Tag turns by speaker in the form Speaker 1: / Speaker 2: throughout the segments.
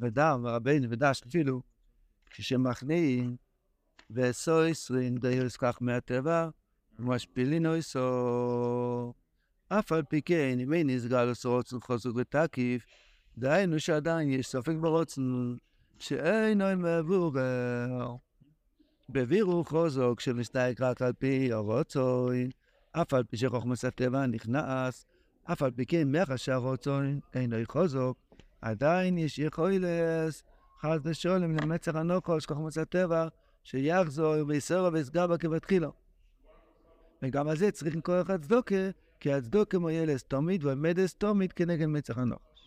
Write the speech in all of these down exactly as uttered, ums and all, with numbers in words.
Speaker 1: ודם, ורבינו ודש אפילו, כשמכניעים, ועשו עשרים דיוס כך מהטבע, ומשפילין עשו. אף על פי כן, אם אין נסגל רוצן חוזק ותקיף, דהיינו שעדיין יש ספק ברוצן, שאינו מבורר. בבירור חוזק שמסתייג רק על פי הרוצן, אף על פי שחוכמת הטבע נכנס, אף על פי כן מאחר שהרוצן אינו חוזק, עדיין יש יכולת חס ושלום למצח הנוחש חוכמת הטבע, שיחזור ויסור ויסגר בה כבתחילו. וגם על זה צריך לקרוא לך צדוקה, כי הצדוקה מויה לסתומית ועמדת סתומית כנגד מצח הנוחש.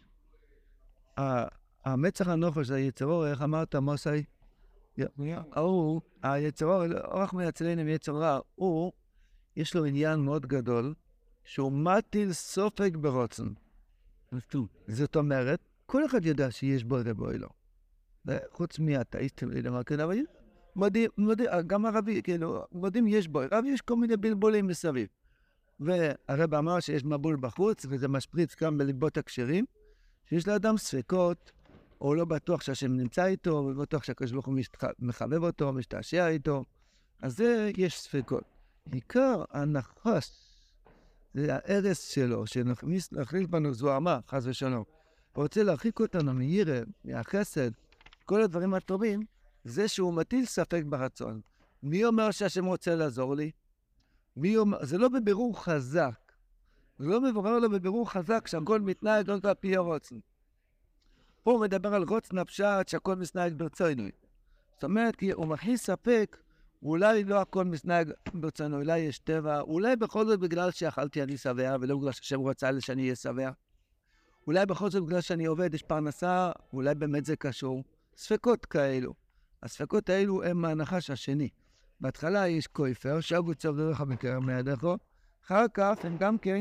Speaker 1: המצח הנוחש זה היצרור, איך אמרת מוסי? הוא, היצרור, אורך מייצלנו מיצרור, הוא, יש לו עניין מאוד גדול, שהוא מטיל סופק ברוצן. זאת אומרת, כל אחד יודע שיש בו רבוי לו. חוץ מהאתאיסטים, אבל מודים, מודים, גם הרבי, כאילו, מודים יש בו, רבי יש כל מיני בלבולים מסביב. והרב אמר שיש מבול בחוץ, וזה משפריץ גם בליבות הקשרים, שיש לאדם ספקות, או לא בטוח שהשם נמצא איתו, או לא בטוח שהקדוש ברוך הוא מחבב אותו, משתעשע איתו, אז זה יש ספקות. עיקר הנחש, זה הארס שלו, שנכניס להחליט בנו זוהמה, חס ושלום, רוצה להרחיק אותנו מירא, מהחסד, כל הדברים הטובים, זה שהוא מטיל ספק ברצון. מי אומר שהשם רוצה לעזור לי? מי אומר, זה לא בבירור חזק. זה לא מבורר לו בבירור חזק שהכל מתנהג רק על פי הרוצן. פה הוא מדבר על רוצן הפשט שהכל מתנהג ברצונו. זאת אומרת, כי הוא מכניס ספק, אולי לא הכל מתנהג ברצונו, אולי יש טבע, אולי בכל זאת בגלל שאכלתי אני שבע, ולא בגלל שהשם רוצה לי שאני אהיה שבע. אולי בכל זאת בגלל שאני עובד, יש פרנסה, אולי באמת זה קשור. ספקות כאלו. הספקות האלו הם מהנחש השני. בהתחלה יש כופר, שאגו צבדרך בקרב מידךו, אחר כך הם גם כן,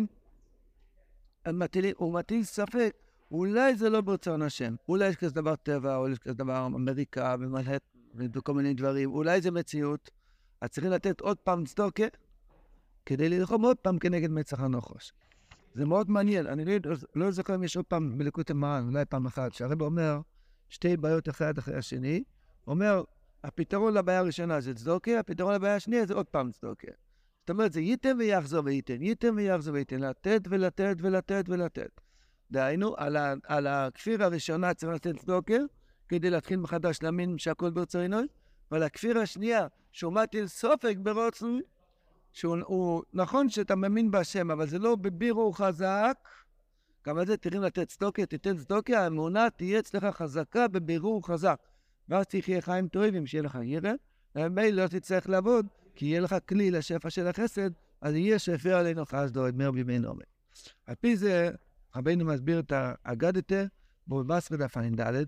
Speaker 1: הוא מטיל ספק, אולי זה לא ברצון השם, אולי יש כזה דבר טבע, או יש כזה דבר אמריקה, ומלהט, וכל מיני דברים, אולי זה מציאות, אז צריכים לתת עוד פעם צדוקה, כדי ללחום עוד פעם כנגד מצח הנוחש. זה מאוד מעניין, אני לא, לא זוכר אם יש עוד פעם בליקוטי מרן, אולי פעם אחת, שהרב אומר, שתי בעיות אחד אחרי השני, אומר, הפתרון לבעיה הראשונה זה צדוקה, הפתרון לבעיה השנייה זה עוד פעם צדוקה. זאת אומרת, זה ייתן ויחזור וייתן, ייתן ויחזור וייתן, לתת ולתת ולתת ולתת. דהיינו, על, ה, על הכפיר הראשונה צריך לתת צדוקה, כדי להתחיל מחדש להאמין שהכל ברצונו, ועל הכפיר השנייה, שהוא מטיל סופק ברוצן, שהוא הוא, נכון שאתה מאמין בהשם, אבל זה לא בבירור חזק, גם על זה תראים לתת צדוקה, תיתן צדוקה, האמונה תהיה אצלך חזקה בבירור חזק. ואז תחיה חיים טובים, שיהיה לך ירא, ומילא לא תצטרך לעבוד, כי יהיה לך כלי לשפע של החסד, אז יהיה שפע עלינו חסדו, אדמר בימי עומר. על פי זה, רבינו מסביר את האגדתה, במסר דף ע"ד,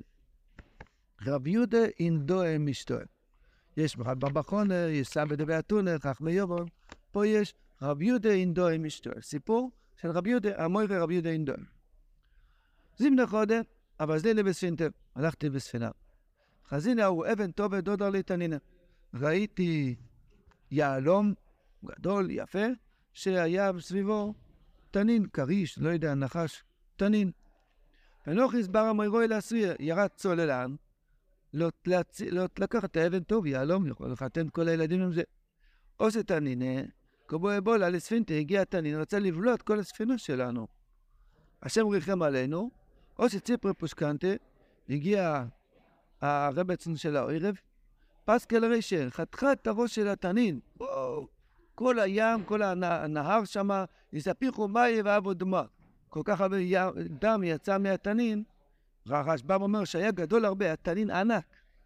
Speaker 1: רב יהודה אינדו משתואל. יש בבחונר, יש סבא דבי אתונר, חכמי יובון, פה יש רב יהודה אינדו משתואל. סיפור של רב יהודה, המוירי רב יהודה אינדו. זימנה חודה, אבל זה לבספינטר, הלכתי בספינה. חזינה הוא אבן טוב ודודר לי תנינה. ראיתי יעלום גדול, יפה, שהיה סביבו תנין, קריש, לא יודע, נחש, תנין. ונוח הסבר המוירוי להסביר, ירד צוללן, לא, להצ... לא לקח את האבן טוב, יעלום, יכול לחתן כל הילדים עם זה. עושה תנינה, כבו אבולה לספינטה, הגיע תנין, רצה לבלוע את כל הספינה שלנו. השם ריחם עלינו, עושה ציפרי פושקנטה, הגיע הרבצן של הערב, פסקל רישר, חתכה את הראש של התנין, וואו, כל הים, כל הנהר שם, יספיחו מים ואבו דמה. כל כך הרבה דם יצא מהתנין, רשב"ם אומר שהיה גדול הרבה, התנין ענק.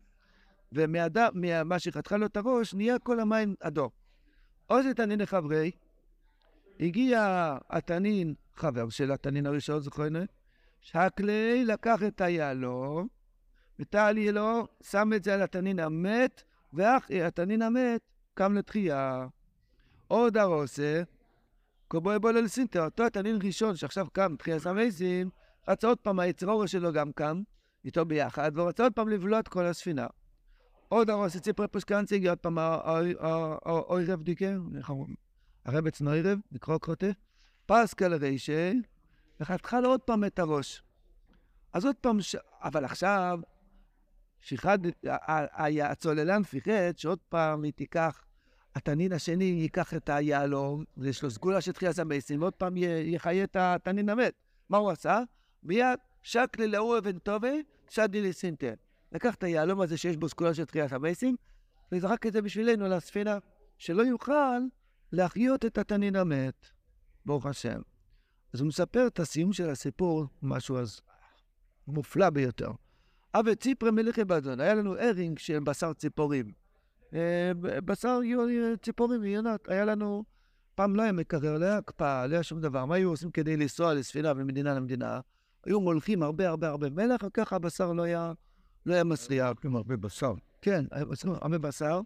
Speaker 1: ומה שחתכה לו את הראש, נהיה כל המים אדום. עוז התנין לחברי, הגיע התנין, חבר של התנין הראשון, זוכרנו, שקלי לקח את היעלום, ותעלי לו, שם את זה על התנין המת, ואח התנין המת קם לתחייה. עוד הרוסה, כבו אבולה לסינטר, אותו התנין ראשון שעכשיו קם תחייה סמייסים, רצה עוד פעם, היצרור שלו גם קם, איתו ביחד, ורצה עוד פעם לבלוע את כל הספינה. עוד הרוסה ציפרי פושקנצי, הגיע עוד פעם האוירב דיקר, הרבץ נוירב, לקרוא קרוטה, פסקל רישה, וחתכה לו עוד פעם את הראש. אז עוד פעם, ש... אבל עכשיו, שיחד, הצוללן פיחד שעוד פעם היא תיקח, התנין השני ייקח את היהלום, יש לו סגולה של תחיית המסים, ועוד פעם יחיה את התנין המת. מה הוא עשה? מיד שקלי לאור אבן טובה, שדי לסינטר. לקח את היהלום הזה שיש בו סגולה של תחיית המסים, וזרק את זה בשבילנו לספינה, שלא יוכל להחיות את התנין המת. ברוך השם. אז הוא מספר את הסיום של הסיפור, משהו אז מופלא ביותר. אבל ציפרה מלכי בדון, היה לנו ארינג של בשר ציפורים. בשר ציפורים יונת, היה לנו, פעם לא היה מקרר, לא היה הקפאה, לא היה שום דבר. מה היו עושים כדי לנסוע לספינה ממדינה למדינה? היו מולכים הרבה הרבה הרבה מלח, וככה הבשר לא היה, לא היה מסריח.
Speaker 2: עם הרבה בשר.
Speaker 1: כן, הרבה בשר.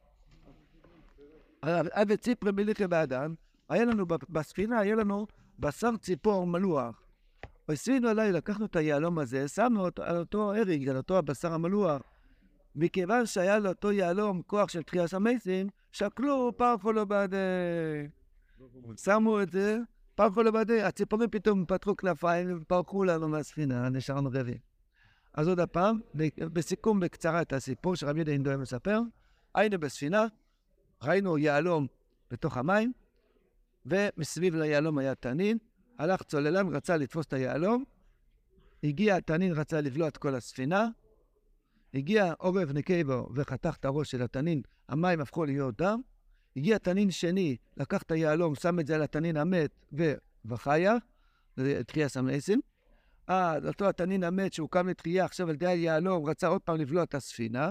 Speaker 1: אבל ציפרה מלכי בדון, היה לנו בספינה, היה לנו בשר ציפור מלוח. ועשינו עליי, לקחנו את היהלום הזה, שמנו אותו, על אותו ארינג, על אותו הבשר המלוח. מכיוון שהיה לאותו יהלום כוח של תחיית המסים, שקלו פרחו לו בעדי. שמו את זה, פרחו לו בעדי. הציפורים פתאום פתחו כנפיים ופרחו לנו מהספינה, נשארנו רבים. אז עוד הפעם, בסיכום בקצרה את הסיפור שרבי יהודה אינדואל מספר, היינו בספינה, ראינו יהלום בתוך המים, ומסביב ליהלום היה תנין, הלך צוללן, רצה לתפוס את היהלום, הגיע התנין, רצה לבלוע את כל הספינה, הגיע עורב נקייבו וחתך את הראש של התנין, המים הפכו להיות דם, הגיע תנין שני, לקח את היהלום, שם את זה על התנין המת וחיה, תחיית המסים. אה, אותו התנין המת שהוא קם לתחייה, עכשיו על די היהלום, רצה עוד פעם לבלוע את הספינה.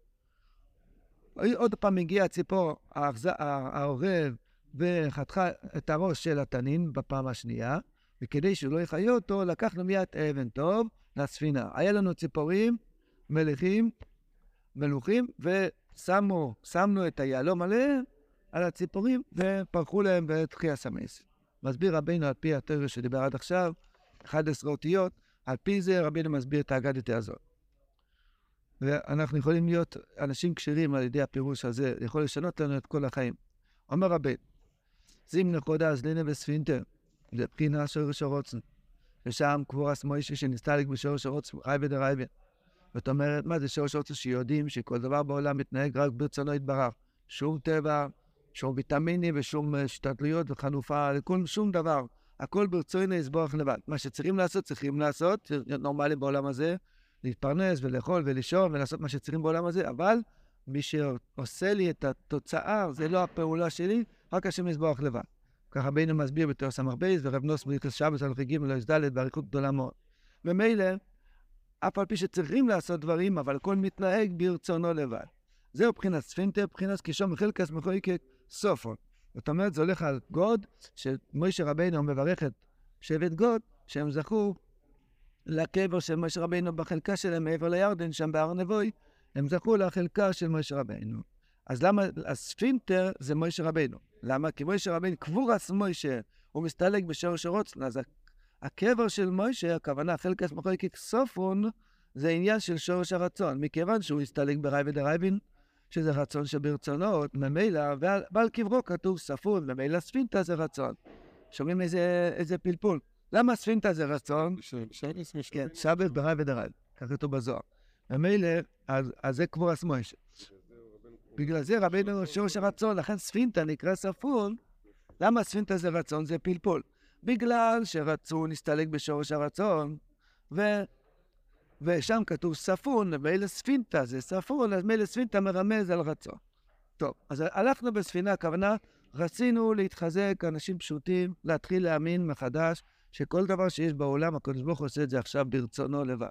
Speaker 1: עוד פעם הגיע הציפור, העורב, וחתכה את הראש של התנין בפעם השנייה, וכדי שהוא לא יחיה אותו, לקחנו מיד אבן טוב לספינה. היה לנו ציפורים, מלכים, מלוכים, ושמו, שמנו את היהלום עליהם, על הציפורים, ופרחו להם בתחיית המסים. מסביר רבינו על פי התורה שדיבר עד עכשיו, אחד עשרה אותיות, על פי זה רבינו מסביר את האגדתא הזאת. ואנחנו יכולים להיות אנשים כשרים על ידי הפירוש הזה, יכול לשנות לנו את כל החיים. אומר רבינו, זים נקודה זלינה וספינטר, זה בחינה שורש הרוצן, ושם קבורס מוישה שנסתלק בשורש הרוצן, רייבד הרייבד. זאת אומרת, מה זה שורש הרוצן? שיודעים שכל דבר בעולם מתנהג רק ברצונו יתברך. שום טבע, שום ויטמיני ושום השתתלויות וחנופה, לכל שום דבר. הכל ברצונו יסבורך לבד. מה שצריכים לעשות, צריכים לעשות, להיות נורמלי בעולם הזה, להתפרנס ולאכול ולישון ולעשות מה שצריכים בעולם הזה, אבל מי שעושה לי את התוצאה, זה לא הפעולה שלי, רק השם יסבורך לבד. ככה רבינו מסביר בתור סמ"ך בייס, ורב נוס בריחס שבת על חגים ולא יסדלת באריכות גדולה מאוד. ומילא, אף על פי שצריכים לעשות דברים, אבל הכל מתנהג ברצונו לבד. זהו בחינת ספינטר, בחינת קישום וחלקס מחויקת סופון. זאת אומרת, זה הולך על גוד, שמשה רבינו מברך את שבט גוד, שהם זכו לקבר של משה רבינו בחלקה שלהם מעבר לירדן, שם בהר נבוי, הם זכו לחלקה של משה רבינו. אז למה הספינטר זה משה רבינו? למה? כי משה רבינו, קבורס משה, הוא מסתלק בשורש הרוצן, אז הקבר של משה, הכוונה חלקס מחויקת סופון, זה עניין של שורש הרצון, מכיוון שהוא הסתלק ברייבד הרייבין, שזה רצון שברצונו, ממילא, ועל קברו כתוב ספון, ממילא ספינטה זה רצון. שומעים איזה, איזה פלפול. למה ספינטה זה רצון? כן, שבת ברייבד הרייבין, כך כתוב בזוהר. ממילא, אז, אז זה קבורס משה. בגלל זה רבינו שורש הרצון, לכן ספינטה נקרא ספון. למה ספינטה זה רצון? זה פלפול. בגלל שרצון נסתלק בשורש הרצון, ו... ושם כתוב ספון, ומילא ספינטה זה ספון, אז מילא ספינטה מרמז על רצון. טוב, אז הלכנו בספינה, הכוונה, רצינו להתחזק, אנשים פשוטים, להתחיל להאמין מחדש, שכל דבר שיש בעולם, הקדוש ברוך הוא עושה את זה עכשיו ברצונו לבד.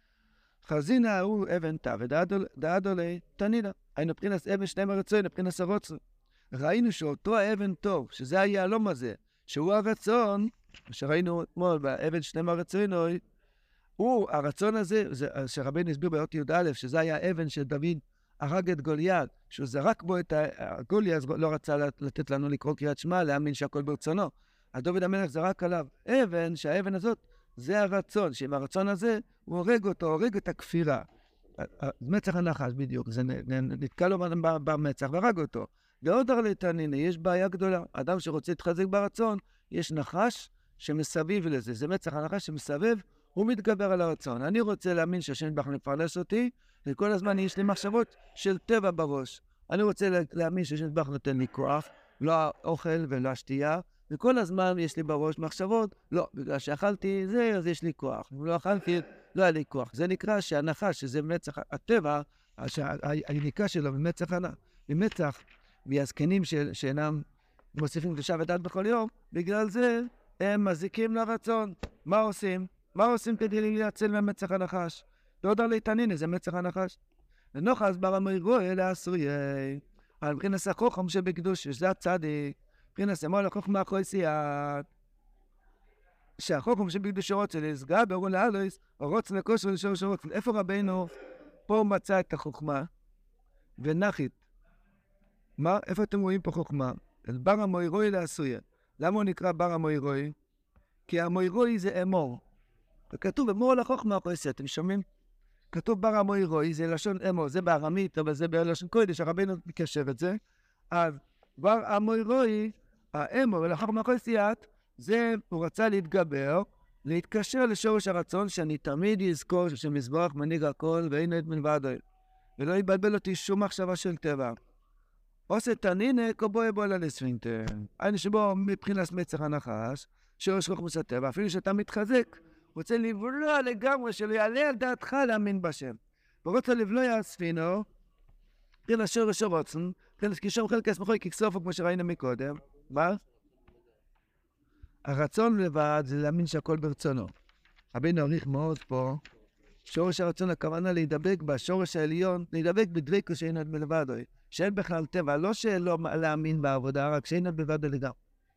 Speaker 1: חזינה הוא אבן תא, ודעדו לי תנינה. היינו מבחינת אבן שניהם הרצון, מבחינת הרוצן. ראינו שאותו האבן טוב, שזה היהלום הזה, שהוא הרצון, שראינו אתמול באבן שניהם הרצון, הוא, הרצון הזה, זה, שרבינו הסביר באות י"א, שזה היה האבן שדוד הרג את גוליית, שהוא זרק בו את הגוליית, לא רצה לתת לנו לקרוא קריאת שמע, להאמין שהכל ברצונו. אז דוד המלך זרק עליו אבן, שהאבן הזאת זה הרצון, שעם הרצון הזה הוא הורג אותו, הורג את הכפירה. מצח הנחש בדיוק, זה נתקע לו במצח והרג אותו. ועוד הרליטן, הנה, יש בעיה גדולה. אדם שרוצה להתחזק ברצון, יש נחש שמסביב לזה. זה מצח הנחש שמסבב, הוא מתגבר על הרצון. אני רוצה להאמין שהשם יתברך מפרנס אותי, וכל הזמן יש לי מחשבות של טבע בראש. אני רוצה להאמין שהשם יתברך נותן לי כוח, לא האוכל ולא השתייה, וכל הזמן יש לי בראש מחשבות, לא, בגלל שאכלתי זה, אז יש לי כוח. אם לא אכלתי, לא היה לי כוח. זה נקרא שהנחש, שזה מצח הטבע, היניקה שלו ממצח ממצח, מהזקנים שאינם מוסיפים קדושה ודת בכל יום, בגלל זה הם מזיקים לרצון. מה עושים? מה עושים כדי להציל ממצח הנחש? לא יודע להתעניין, זה מצח הנחש. ונוחס ברמי רואה לעשויי, על מבחינת החוכם שבקדוש, שזה הצדיק, מבחינת אמור לחוכמה אחרי סייעת, שהחוכם שבקדוש רוצה להסגע, ברור לאלויס, או רוצה לכושר לשור שרות. איפה רבינו פה מצא את החוכמה? ונחית. מה? איפה אתם רואים פה חוכמה? אז בר המוירוי לעשויה. למה הוא נקרא בר המוירוי? כי המוירוי זה אמור. וכתוב אמור לחוכמה אחרי סייעת, אתם שומעים? כתוב בר המוירוי, זה לשון אמור, זה בארמית, אבל זה בלשון קודש, הרבינו מקשר את זה. אז בר המוירוי, האמור לחוכמה אחרי סייעת, זה הוא רצה להתגבר, להתקשר לשורש הרצון, שאני תמיד אזכור שמזבח מנהיג הכל ואין עוד מלבדו, ולא יבלבל אותי שום מחשבה של טבע. עושה תנינה כבוי בולה לספינקטר. אני שבו מבחינת מצח הנחש, שורש חוכמת הטבע, אפילו שאתה מתחזק, רוצה לבלוע לגמרי, שלא יעלה על דעתך להאמין בשם. ורוצה לבלוע ספינו, מבחינת שורש הרצון, מבחינת קישום חלק הסמכוי ככסופו כמו שראינו מקודם. מה? הרצון לבד זה להאמין שהכל ברצונו. רבינו העריך מאוד פה, שורש הרצון הכוונה להידבק בשורש העליון, להידבק בדבקות שאין עוד מלבדו, שאין בכלל טבע, לא שלא להאמין בעבודה, רק שאין עוד בלבדו לגמרי.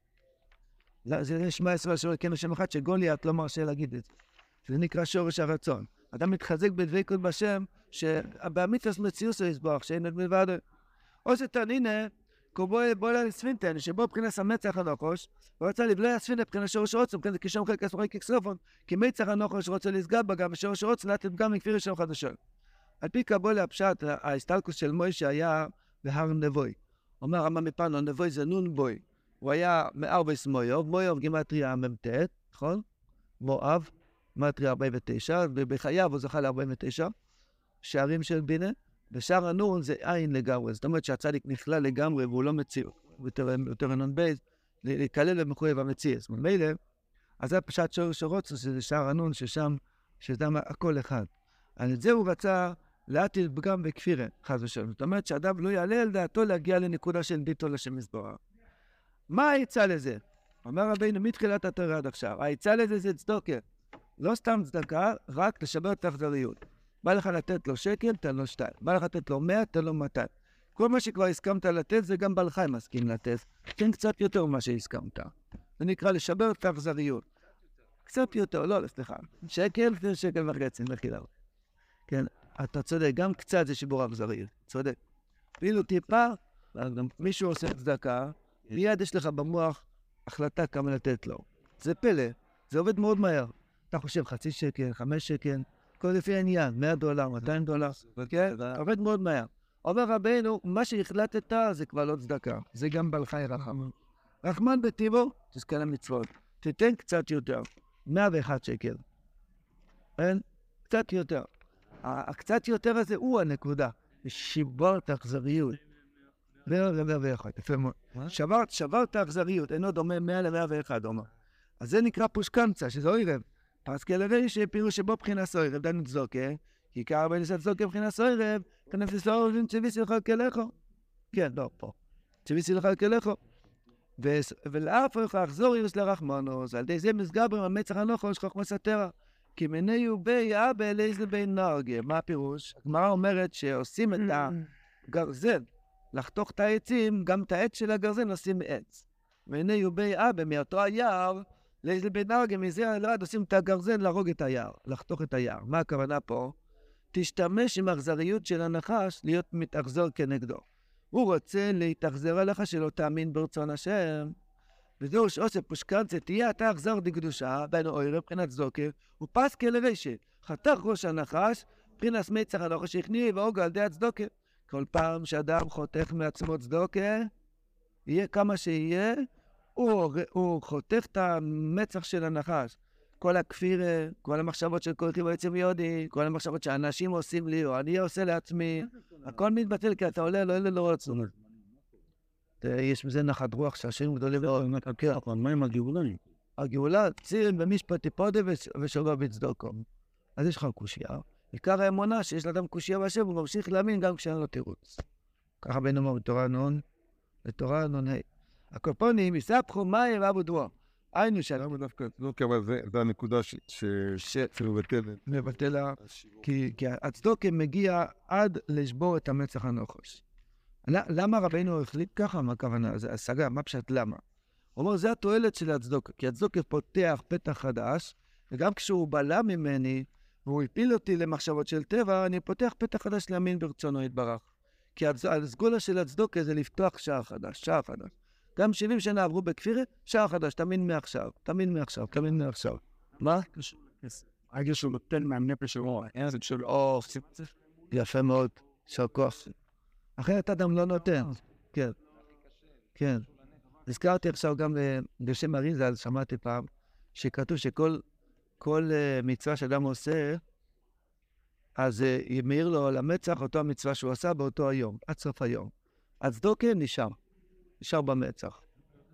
Speaker 1: זה נשמע עשרה שורש, כן השם אחד שגוליית לא מרשה להגיד את זה. זה נקרא שורש הרצון. אדם מתחזק בדבקות בשם, שבאמיתוס מציאוס הוא יסבוח, שאין עוד מלבדו. עושה תנינה, כבוי בולה לספינטן, שבו מבחינת המצח הנוחש, הוא רצה לבלוע ספינה מבחינת שורש רוצו, מבחינת קישום חלק הסמכוי ככסופון, כי מצח הנוחש רוצה לסגע בה גם בשורש רוצו, לתת גם מכפיר ראשון חדשון. על פי קבולה הפשט, ההסתלקוס של מוישה היה בהר נבוי. אומר רמה מפנו, נבוי זה נון בוי. הוא היה מארבס מויוב, מויוב גימטריה ממתת, נכון? מואב, גימטריה ארבעים ותשע, ובחייו הוא זכה ל-ארבעים ותשע, שערים של בינה, ושער הנון זה עין לגמרי, זאת אומרת שהצדיק נכלל לגמרי והוא לא מציא, הוא יותר אנון בייז, להיכלל במחויב המציאס. ממילא, אז זה פשט שורש הרוצו, שזה שער הנון ששם, ששם הכל אחד. על זה הוא רצה להטיל פגם וכפירה, חס ושלום. זאת אומרת שאדם לא יעלה על דעתו להגיע לנקודה של ביטו לשם יתברך. מה העצה לזה? אומר רבינו מתחילת התורה עד עכשיו, העצה לזה זה צדוקה. לא סתם צדקה, רק לשבר את האכזריות. בא לך לתת לו שקל, תן לו שתיים. בא לך לתת לו מאה, תן לו מאתיים. כל מה שכבר הסכמת לתת, זה גם בעל חיים מסכים לתת. תן קצת יותר ממה שהסכמת. זה נקרא לשבר את האכזריות. קצת יותר, לא, סליחה. שקל, זה שקל וחצי, מחילה. כן, אתה צודק, גם קצת זה שיבור האכזריות. צודק. אפילו טיפה, מישהו עושה צדקה, מיד יש לך במוח החלטה כמה לתת לו. זה פלא, זה עובד מאוד מהר. אתה חושב חצי שקל, חמש שקל, כל לפי העניין, מאה דולר, מאתיים דולר, כן? עובד מאוד מהר. אומר רבינו, מה שהחלטת זה כבר לא צדקה, זה גם בעל חי רחמן. רחמן בטיבו, תזכה למצוות. תיתן קצת יותר, מאה ואחד שקל. אין? קצת יותר. הקצת יותר הזה הוא הנקודה. שיבר את האכזריות. מאה ואחד, יפה מאוד. שברת האכזריות, אינו דומה מאה למאה ואחד, אומר. אז זה נקרא פושקנצה, שזה אוירב. אז כלבי שפירו שבו בחינה סוירב, דנו צדוקה, כי עיקר הרבה ניסת צדוקה בחינה סוירב, כנף לסוירב עם צביסי לך כלכו. כן, לא, פה. צביסי לך כלכו. ולאף איך האחזור ירס לרחמנוס, על די זה מסגבר המצח הנוחש חוכמה סתרה. כי מני ובי אבא אליז לבין נרגה. מה הפירוש? הגמרא אומרת שעושים את הגרזן, לחתוך את העצים, גם את העץ של הגרזן עושים מעץ. מני ובי אבא מאותו היער, לאיזה בן נרגה, מזה הלרד עושים את הגרזן להרוג את היער, לחתוך את היער. מה הכוונה פה? תשתמש עם האכזריות של הנחש להיות מתאכזר כנגדו. הוא רוצה להתאכזר עליך שלא תאמין ברצון השם. וזהו שעושה פושקנצה, תהיה אתה אכזר דקדושה, בין אוירב, מבחינת צדוקה, ופס כלרשת. חתך ראש הנחש, מבחינת מצח הנחש הכניע והוגה על די הצדוקה. כל פעם שאדם חותך מעצמו צדוקה, יהיה כמה שיהיה, הוא, הוא חותך את המצח של הנחש. כל הכפיר, כל המחשבות של כל חיבור עצם יודי, כל המחשבות שאנשים עושים לי, או אני עושה לעצמי, הכל מתבטל, כי אתה עולה, לא אלה לא רצון. יש מזה נחת רוח שהשם גדולים מאוד.
Speaker 2: מה עם הגאולה?
Speaker 1: הגאולה, ציר במשפט טיפודה ושלום בצדוקו. אז יש לך קושייה. עיקר האמונה שיש לאדם קושייה בהשם, הוא ממשיך להאמין גם כשאין לו תירוץ. ככה בין אומר בתורה נון, בתורה נון ה'. הקופונים, יספחו מים ועבודו. היינו שם.
Speaker 2: למה דווקא? לא, כי אבל זה הנקודה שמבטלת.
Speaker 1: מבטלה, כי הצדוקה מגיע עד לשבור את המצח הנוחש. למה רבינו החליט ככה? מה הכוונה? זה השגה, מה פשט למה? הוא אומר, זה התועלת של הצדוקה, כי הצדוקה פותח פתח חדש, וגם כשהוא בלע ממני, והוא הפיל אותי למחשבות של טבע, אני פותח פתח חדש להאמין ברצונו יתברך. כי הסגולה של הצדוקה זה לפתוח שער חדש, שער חדש. גם שבעים שנה עברו בכפירה, שער חדש, תאמין מעכשיו, תאמין מעכשיו, תאמין מעכשיו. מה?
Speaker 2: הרגע שהוא נותן מהנפש שלו, העזד שלו,
Speaker 1: או, יפה מאוד, שער כוח. אחרת אדם לא נותן. כן, כן. הזכרתי עכשיו גם בשם אריזל, שמעתי פעם, שכתוב שכל כל uh, מצווה שאדם עושה, אז uh, ימאיר לו על המצח אותו המצווה שהוא עשה באותו היום, עד סוף היום. הצדוקה נשאר, נשאר במצח.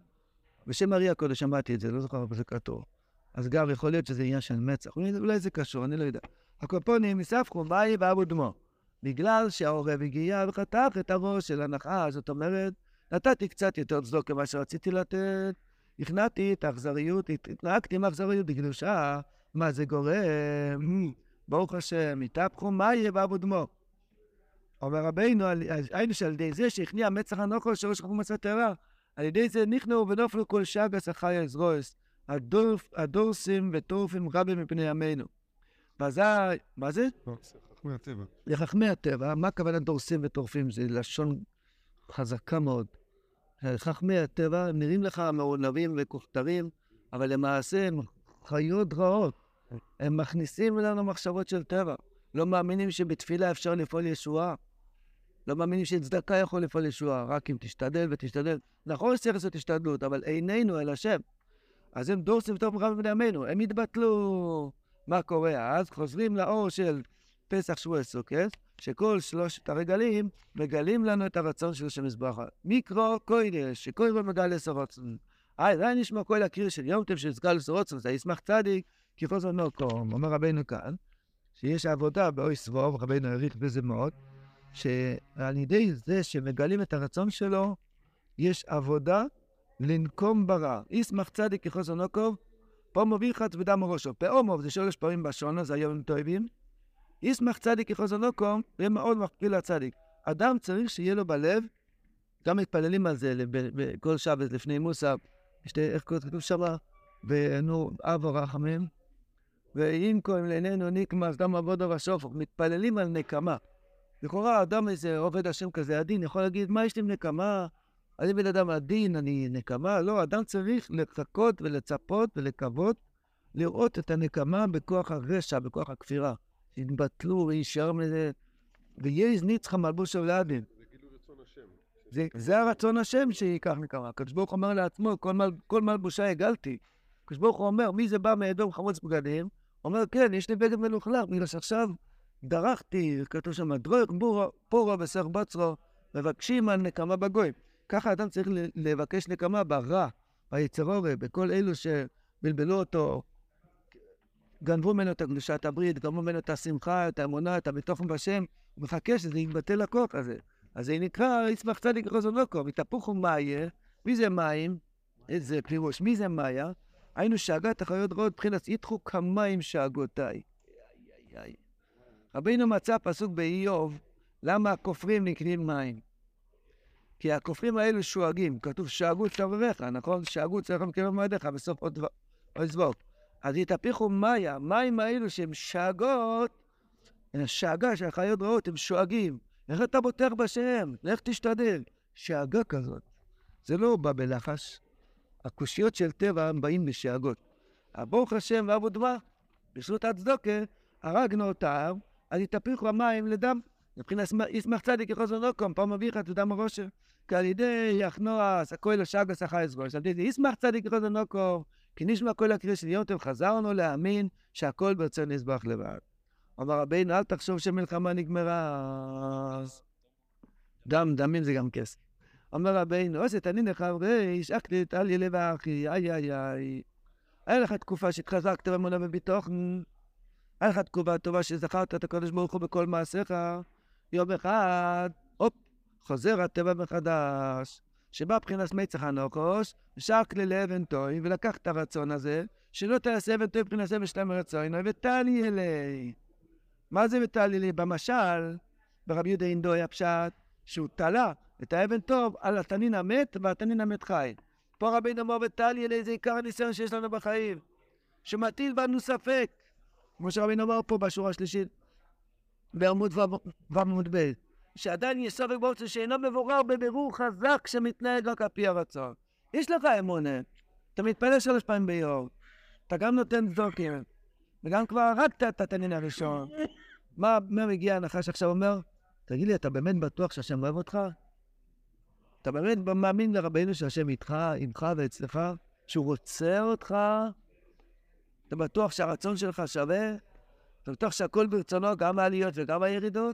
Speaker 1: בשם ארי הקודש שמעתי את זה, לא זוכר בזה כתוב. אז גם יכול להיות שזה עניין של מצח, אולי זה קשור, אני לא יודע. הקופונים יספחו מים ואבו דמו, בגלל שהעורב הגיע וחתך את הראש של הנחש, זאת אומרת, נתתי קצת יותר צדוקה מה שרציתי לתת, הכנעתי את האכזריות, התנהגתי עם האכזריות בקדושה, מה זה גורם? ברוך השם, התהפכו מים ואבו דמו. אומר רבינו, היינו שעל ידי זה שהכניע מצח הנוחש שראש חכם מצא תארה, על ידי זה נכנעו ונופלו כל שגס החי הזרועס, הדורסים וטורפים רבים מפני ימינו. וזה, מה זה?
Speaker 2: חכמי הטבע.
Speaker 1: זה חכמי הטבע. מה הכוונה דורסים וטורפים? זה לשון חזקה מאוד. חכמי הטבע הם נראים לך מעונבים וכוכתרים, אבל למעשה הם חיות רעות. הם מכניסים לנו מחשבות של טבע. לא מאמינים שבתפילה אפשר לפעול ישועה. לא מאמינים שצדקה יכול לפעול ישועה, רק אם תשתדל ותשתדל. נכון שצריך לעשות השתדלות, אבל עינינו אל השם. אז הם דורסים וטורפים רבים מפני ימינו. הם התבטלו. מה קורה? אז חוזרים לאור של פסח שבוע סוכות, שכל שלושת הרגלים מגלים לנו את הרצון של השם יזבח. מיקרו קוידש, שכל יום מגלה סורוצן. אה, זה נשמע כל הקריר של יום טוב שסגל סורוצן, זה ישמח צדיק, כי חוזר נוקום. אומר רבינו כאן, שיש עבודה באוי סבוב, רבינו העריך בזה מאוד, שעל ידי זה שמגלים את הרצון שלו, יש עבודה לנקום ברע. ישמח צדיק כי חוזר נוקום, פה מוביל חץ בדם ראשו. פעומוב זה שלוש פעמים בשונה, זה היום טובים. ישמח צדיק יחוזר נוקום, זה מאוד מכפיל לצדיק. אדם צריך שיהיה לו בלב, גם מתפללים על זה בכל שבת לפני מוסף, איך כתוב שם? ונו, אב הרחמים, ואם קוראים לעינינו נקמה, אז דם עבודו ושופך, מתפללים על נקמה. לכאורה, אדם איזה עובד השם כזה עדין, יכול להגיד, מה יש לי נקמה? אני בן אדם עדין, אני נקמה? לא, אדם צריך לחכות ולצפות ולקוות, לראות את הנקמה בכוח הרשע, בכוח הכפירה. שיתבטלו וישאר מזה, ויש ניצחה מלבוש של לאדים.
Speaker 2: זה גילוי רצון השם.
Speaker 1: זה, זה הרצון השם שיקח נקמה. הקדוש ברוך אומר לעצמו, כל, מל, כל מלבושה הגלתי. הקדוש ברוך הוא אומר, מי זה בא מאדום חמוץ בגדים? אומר, כן, יש לי בגד מלוכלך, בגלל שעכשיו דרכתי, כתוב שם, דרוך פורה בסך בצרו, מבקשים על נקמה בגויים. ככה אדם צריך לבקש נקמה ברע, ביצרורי, בכל אלו שבלבלו אותו, גנבו ממנו את קדושת הברית, גנבו ממנו את השמחה, את האמונה, את הביטחון בשם, הוא מחכה שזה יתבטל הכוח הזה. אז זה נקרא, ישמח צדיק יחוזר נוקום, התהפכו מאיה, מי זה מים? איזה פירוש, מי זה מאיה? היינו שאגת החיות רעות, מבחינת יתחו כמים שאגותיי. רבינו מצא פסוק באיוב, למה הכופרים נקראים מים? כי הכופרים האלו שואגים, כתוב שאגו צוואריך, נכון? שאגו צוואריך מקרב מועדיך, בסוף עוד זבוב. אז יתהפכו מאיה, מים האלו שהם שאגות, שאגה שהחיות רעות, הם שואגים. איך אתה בוטח בשם? איך תשתדל? שאגה כזאת. זה לא בא בלחש. הקושיות של טבע הם באים בשאגות. ברוך השם ואבו דמה, בזכות הצדוקה, הרגנו אותם, אז יתהפכו המים לדם. מבחינת ישמח צדיק יחוזר נוקום, פעם אביך את דם הראש. כי על ידי יכנוע, סקוי לשגס החי אזגוש, על ידי ישמח צדיק יחוזר נוקום, כי נשמע כל הקריאה של יונטב, חזרנו להאמין שהכל ברצון יזבח לבד. אמר רבינו, אל תחשוב שמלחמה נגמרה. דם, דמים זה גם כסף. אמר רבינו, עושה תנין לך ריש, אקלית על ילב האחי, איי איי איי. היה לך תקופה שהתחזקת באמונה וביטחון. היה לך תקופה טובה שזכרת את הקדוש ברוך הוא בכל מעשיך. יום אחד, הופ, חוזר הטבע מחדש. שבא מבחינת מצח הנוקוש, שק לאבן טוי, ולקח את הרצון הזה, שלא תעשה אבן טוי מבחינת אבן שלהם הרצון, ותעלי אלי. מה זה ותעלי אלי? במשל, ברבי יהודה אינדוי הפשט, שהוא תלה את האבן טוב על התנין המת, והתנין המת חי. פה רבינו אמר ותעלי אלי, זה עיקר הניסיון שיש לנו בחיים, שמטיל בנו ספק, כמו שרבינו אמר פה בשורה השלישית, בעמוד ועמוד ב', שעדיין יש ספק באופן שאינו מבורר בבירור חזק שמתנהג רק על פי הרצון. יש לך אמונה, אתה מתפלל שלוש פעמים ביום, אתה גם נותן צדוקים, וגם כבר הרגת את התנין הראשון. מה, מה מגיע הנחש עכשיו אומר? תגיד לי, אתה באמת בטוח שהשם אוהב אותך? אתה באמת מאמין לרבינו שהשם איתך, עמך ואצלך? שהוא רוצה אותך? אתה בטוח שהרצון שלך שווה? אתה בטוח שהכל ברצונו, גם העליות וגם הירידות?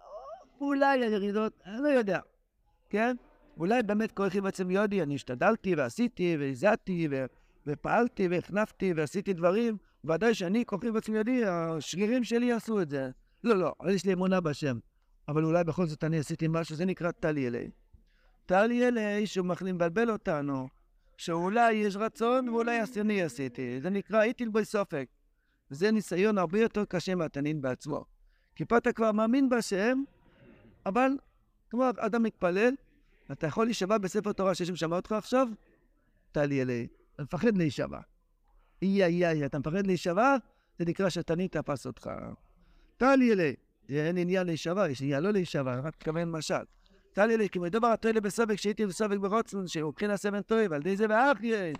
Speaker 1: אולי הירידות, אני לא יודע, כן? אולי באמת כוחי בעצם יודי, אני השתדלתי ועשיתי והזעתי ו... ופעלתי והכנפתי ועשיתי דברים, ודאי שאני כוחי בעצם יודי, השרירים שלי יעשו את זה. לא, לא, אבל יש לי אמונה בשם. אבל אולי בכל זאת אני עשיתי משהו, זה נקרא תלי אלי. תלי אלי שהוא מחלים לבלבל אותנו, שאולי יש רצון ואולי אני עשיתי. זה נקרא הייתי בו סופק. וזה ניסיון הרבה יותר קשה מהתנין בעצמו. כי פה אתה כבר מאמין בשם, אבל כמו אדם מתפלל, אתה יכול להישבע בספר תורה שיש משמע אותך עכשיו, תלי אלי. אתה מפחד להישבע. אי אי אי, אתה מפחד להישבע, זה נקרא שהתנין תפס אותך. תלי אלי. אין עניין להישבע, יש עניין לא להישבע, רק תכוון משל. תלי אלי, כי מדובר התוילה בספק, שהייתי בספק ברוצן, שהוא מבחין הסמן טוב, על די זה ואחי,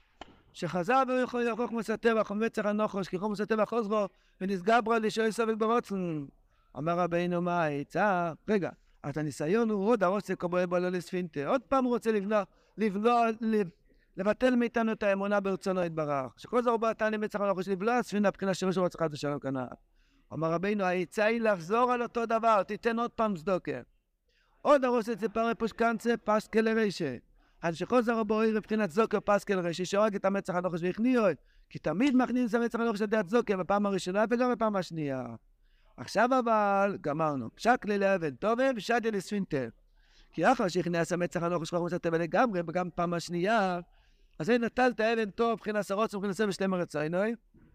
Speaker 1: שחזר ויכול ירוך מוס הטבח, ומצח הנוחוש, כי חום מוס הטבח חוזרו, ונסגברה לשאול ספק ברוצן. אמר רבינו מה העצה? רגע, את הניסיון הוא עוד הרוצה כבוה בו לא לספינטה. עוד פעם הוא רוצה לבנוע, לבנוע, לבטל מאיתנו את האמונה ברצונו יתברך. שכל זה רבה תני מצח הנוחוש, לבלוע ספינה בחינה שלוש רוצה חד ושלום כנער. אמר רבינו, העצה היא לחזור על אותו דבר, תיתן עוד פעם צדוקה. עוד הרוסה צפרי פושקנצה פסקל רשע. עד שכל זה רבו עיר מבחינת צדוקה פסקל רשע, שהורג את המצח הנוחש והכניעו, כי תמיד מכניס את המצח הנוחש לדעת צדוקה בפעם הראשונה וגם בפעם השנייה. עכשיו אבל גמרנו, שקלי לאבן טובה ושדיה לספינטר. כי אחר שהכניס המצח הנוחש כבר מוצא טבע לגמרי, וגם פעם השנייה, אז היא נטל את האבן טוב, מבחינת הרוץ ומבחינת בשלם הרצוינוי.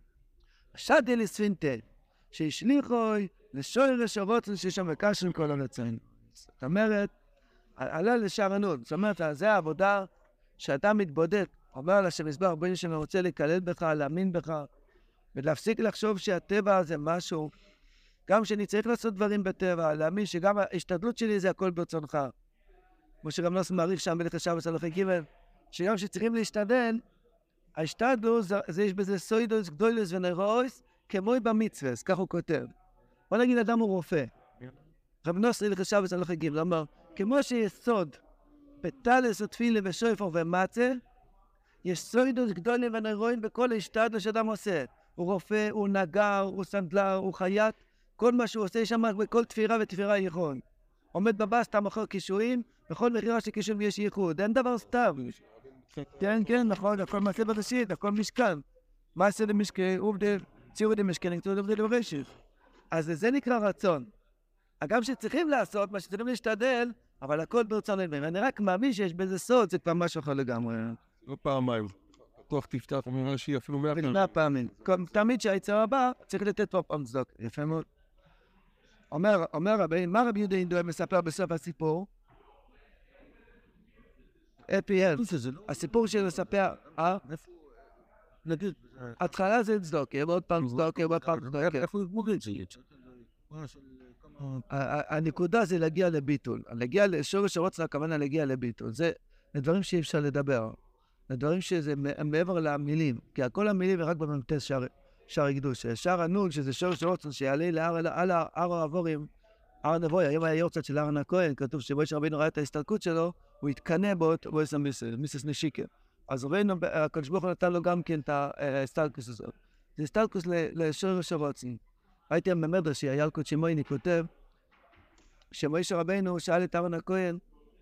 Speaker 1: שדיה לספינטר. שהשליחוי לשויר השרוצן ששם וקשרים כל הרצון. זאת אומרת, עלה לשערנות. זאת אומרת, זה העבודה שאתה מתבודד. אומר לה שמסבר הרבה שאני רוצה לקלל בך, להאמין בך, ולהפסיק לחשוב שהטבע זה משהו, גם שאני צריך לעשות דברים בטבע, להאמין שגם ההשתדלות שלי זה הכל ברצונך. כמו שגם נוס מעריך שם בלך השעה בסלוחי גימל, שגם שצריכים להשתדל, ההשתדלות, זה, זה יש בזה סוידוס, גדולוס ונרויס, כמוי במצווס, כך הוא כותב. בוא נגיד, אדם הוא רופא. רב נוסרי לחשב בסלוחי גימל, אמר, כמו שיסוד פטלס ותפילה ושויפור ומצה, יש סוידוס גדולים ונרואים בכל ההשתדלות שאדם עושה. הוא רופא, הוא נגר, הוא סנדלר, הוא חייט, כל מה שהוא עושה שם, בכל תפירה ותפירה ייחוד. עומד בבאס, אתה מוכר קישואים, בכל מחירה של קישואים יש ייחוד. אין דבר סתם. כן, כן, נכון, הכל מעשה בראשית, הכל משכן. מעשה למשכן, עובדי, ציורי למשכן, נקצור עובדי לברשת. אז זה נקרא רצון. אגם שצריכים לעשות, מה שצריכים להשתדל, אבל הכל ברצון אלוהים. אני רק מאמין שיש בזה סוד, זה כבר משהו אחר לגמרי.
Speaker 2: לא פעמיים. כוח תפתח, אומר שהיא אפילו מאה פעמים.
Speaker 1: מאה פעמים. תמיד שהיצר הבא צריך לתת פה פעם צדוק. יפה מאוד. אומר, אומר רבי, מה רבי יהודה אינדוי מספר בסוף הסיפור? אפי הר. הסיפור שלו מספר, אה? נגיד, התחלה זה צדוק, עוד פעם צדוק, עוד פעם צדוק.
Speaker 2: איפה הוא מוגד זה יצא?
Speaker 1: הנקודה זה להגיע לביטול. להגיע לשורש הרוצן, הכוונה להגיע לביטול. זה דברים שאי אפשר לדבר. זה דברים שזה מעבר למילים. כי כל המילים הם רק בממתס שער הקדוש. שער הנון, שזה שורש הרוצן, שיעלה על הר העבורים, הר הנבוי. היום היה יורצת של הר הכהן, כתוב שבו יש רבינו ראה את ההסתלקות שלו, הוא התקנה בו, הוא עשה מיסס, מיסס נשיקה. אז רבינו, הקדוש ברוך הוא נתן לו גם כן את הסטלקוס הזאת. זה סטלקוס לשורש הרוצן. הייתי במדרש שאייל קודשי מויני כותב, שמוישה רבינו שאל את אהרון הכהן,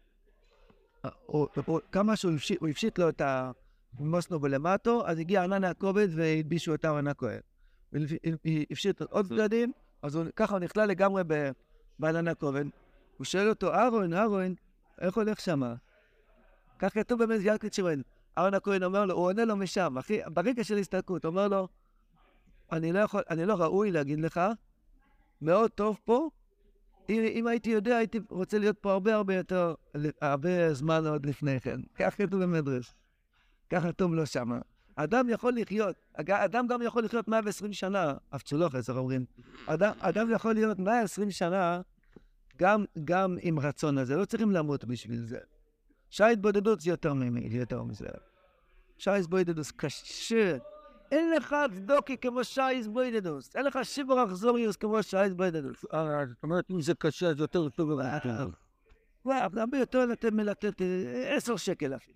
Speaker 1: כמה שהוא הפשיט לו את המוסנו בלמטו, אז הגיע ענן הכובד והלבישו את אהרון הכהן. הפשיט עוד בגדים, אז ככה הוא נכלל לגמרי בענן הכובד. הוא שואל אותו, אהרון, אהרון, איך הולך שמה? כך כתוב באמת אייל קודשי מויני. אהרון הכהן אומר לו, הוא עונה לו משם, אחי, ברגע של הסתלקות, הוא אומר לו, אני לא יכול, אני לא ראוי להגיד לך, מאוד טוב פה, אם, אם הייתי יודע, הייתי רוצה להיות פה הרבה הרבה יותר, הרבה זמן עוד לפני כן. כך כתוב במדרש. ככה טוב לא שמה. אדם יכול לחיות, אדם גם יכול לחיות מאה ועשרים שנה, אף צולוח עשר אומרים, אדם, אדם יכול להיות מאה ועשרים שנה, גם, גם עם רצון הזה, לא צריכים למות בשביל זה. שעה התבודדות זה יותר ממי, יותר מזה. שעה התבודדות קשה. אין לך צדוקי כמו שעה התבודדות. אין לך שיבור אכזוריוס כמו שעה התבודדות.
Speaker 2: זאת אומרת, אם זה קשה, זה יותר טוב.
Speaker 1: וואו, זה הרבה יותר לתת מלתת עשר שקל אפילו.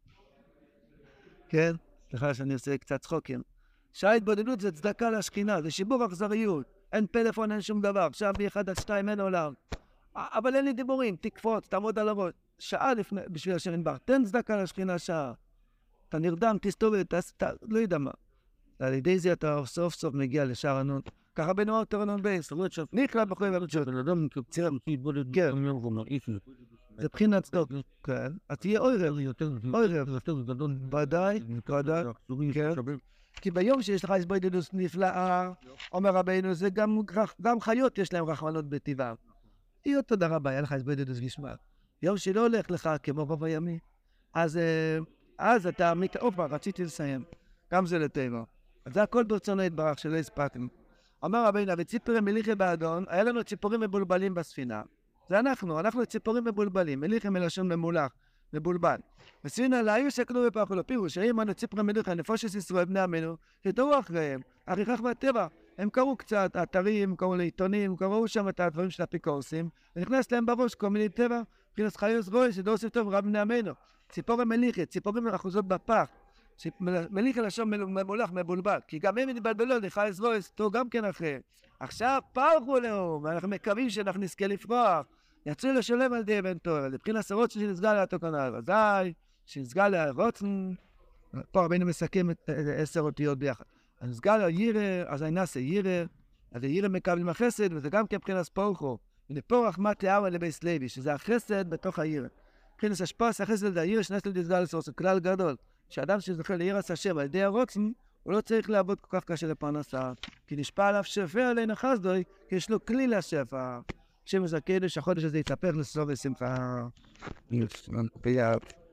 Speaker 1: כן? סליחה שאני עושה קצת צחוקים. שעה התבודדות זה צדקה לשכינה, זה שיבור אכזריות. אין פלאפון, אין שום דבר. עכשיו ב-אחד עד שתיים אין עולם. אבל אין לי דיבורים, תקפוץ, תעמוד על הראש. שעה לפני, בשביל אשר נדבר. תן צדקה לשכינה שעה. אתה נרדם, תסתובב, אתה לא יודע מה. על ידי זה אתה סוף סוף מגיע לשער הנון. ככה בנוער תורנון בייס. נכלל בחורי ועלות שלו. זה בחינת צדוק. כן. אז תהיה אוירב. אוירב. ודאי. ודאי. כי ביום שיש לך הסבודדות נפלאה, אומר רבינו, זה גם חיות יש להם רחמנות בטבעם. היא אותו דבר רבה, היה לך הסבודדות גשמה. יום שלא הולך לך כמו רוב הימי, אז אז אתה, אופה, רציתי לסיים. גם זה לטבע. אז זה הכל ברצונו יתברך שלא הספקנו. אמר רבינו, וציפורי מליחי באדון, היה לנו ציפורים מבולבלים בספינה. זה אנחנו, אנחנו ציפורים מבולבלים, מליחי מלשון ממולח, מבולבל. בספינה לא היו שקנו בפחו לו פירוש, שהאים אנו ציפורי מליחי, נפושת ישראל בני עמנו, שתראו אחריהם, אחרי כך מהטבע. הם קראו קצת אתרים, קראו לעיתונים, קראו שם את הדברים של אפיקורסים, ונכנס להם בראש כל מיני טבע, מבחינת חיוס רוי, שדורסים טוב רב בני עמנו. ציפורי מליחי, ציפורים אחוזות בפח. מליחי לשון ממולח, מבולבל, כי גם הם מתבלבלו, לחייס רויס, תור גם כן אחרי. עכשיו פרחו להם, ואנחנו מקווים שאנחנו נזכה לפרוח. יצאו לשלם על די אבן תורה, לבחינת שרות שנסגל לאתו כנל, ודאי, שנסגל להרוצן, פה רבינו מסכם את עשר אותיות ביחד. אז נסגל הירא, אז אני נעשה ירא, אז הירא מקבלים החסד, וזה גם כן מבחינת פורחו. ונפורח מה תיארה לבייס לוי, שזה החסד בתוך הירא. מבחינת השפס, החסד להירא, שנסגל לסגל לסורס, כלל גדול. שאדם שזוכה ליראת השם על ידי הרוצן, הוא לא צריך לעבוד כל כך קשה לפרנסה, כי נשפע עליו שפע עלינו חסדוי, כי יש לו כלי לשפע. השם מזכנו שהחודש הזה יתהפך לסוף ושמחה.